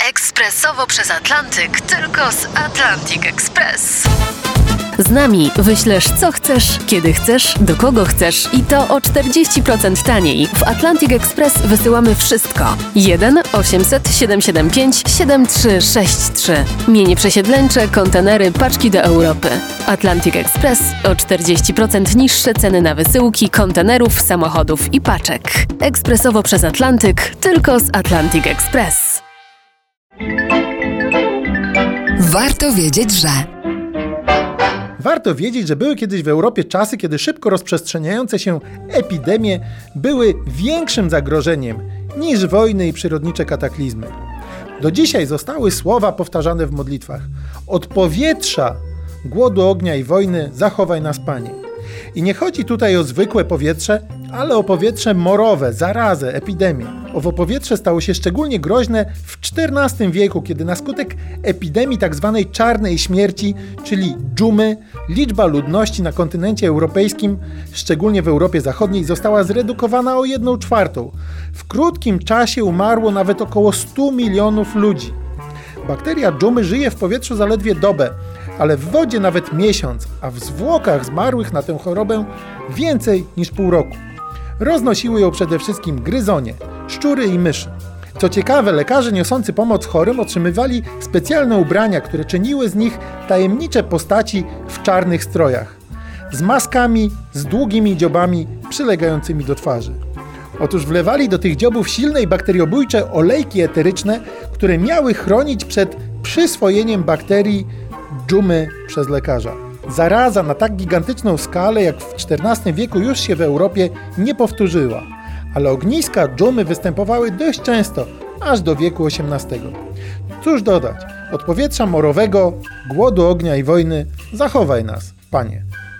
Ekspresowo przez Atlantyk, tylko z Atlantic Express. Z nami wyślesz co chcesz, kiedy chcesz, do kogo chcesz i to o 40% taniej. W Atlantic Express wysyłamy wszystko. 1 800 775 7363. Mienie przesiedleńcze, kontenery, paczki do Europy. Atlantic Express o 40% niższe ceny na wysyłki, kontenerów, samochodów i paczek. Ekspresowo przez Atlantyk, tylko z Atlantic Express. Warto wiedzieć, że... Warto wiedzieć, że były kiedyś w Europie czasy, kiedy szybko rozprzestrzeniające się epidemie były większym zagrożeniem niż wojny i przyrodnicze kataklizmy. Do dzisiaj zostały słowa powtarzane w modlitwach. Od powietrza, głodu, ognia i wojny zachowaj nas, Panie. I nie chodzi tutaj o zwykłe powietrze, ale o powietrze morowe, zarazę, epidemię. Owo powietrze stało się szczególnie groźne w XIV wieku, kiedy na skutek epidemii tzw. czarnej śmierci, czyli dżumy, liczba ludności na kontynencie europejskim, szczególnie w Europie Zachodniej, została zredukowana o 1/4. W krótkim czasie umarło nawet około 100 milionów ludzi. Bakteria dżumy żyje w powietrzu zaledwie dobę, ale w wodzie nawet miesiąc, a w zwłokach zmarłych na tę chorobę więcej niż pół roku. Roznosiły ją przede wszystkim gryzonie, szczury i myszy. Co ciekawe, lekarze niosący pomoc chorym otrzymywali specjalne ubrania, które czyniły z nich tajemnicze postaci w czarnych strojach, z maskami, z długimi dziobami przylegającymi do twarzy. Otóż wlewali do tych dziobów silne i bakteriobójcze olejki eteryczne, które miały chronić przed przyswojeniem bakterii dżumy przez lekarza. Zaraza na tak gigantyczną skalę jak w XIV wieku już się w Europie nie powtórzyła, ale ogniska dżumy występowały dość często, aż do wieku XVIII. Cóż dodać, od powietrza morowego, głodu, ognia i wojny zachowaj nas, Panie.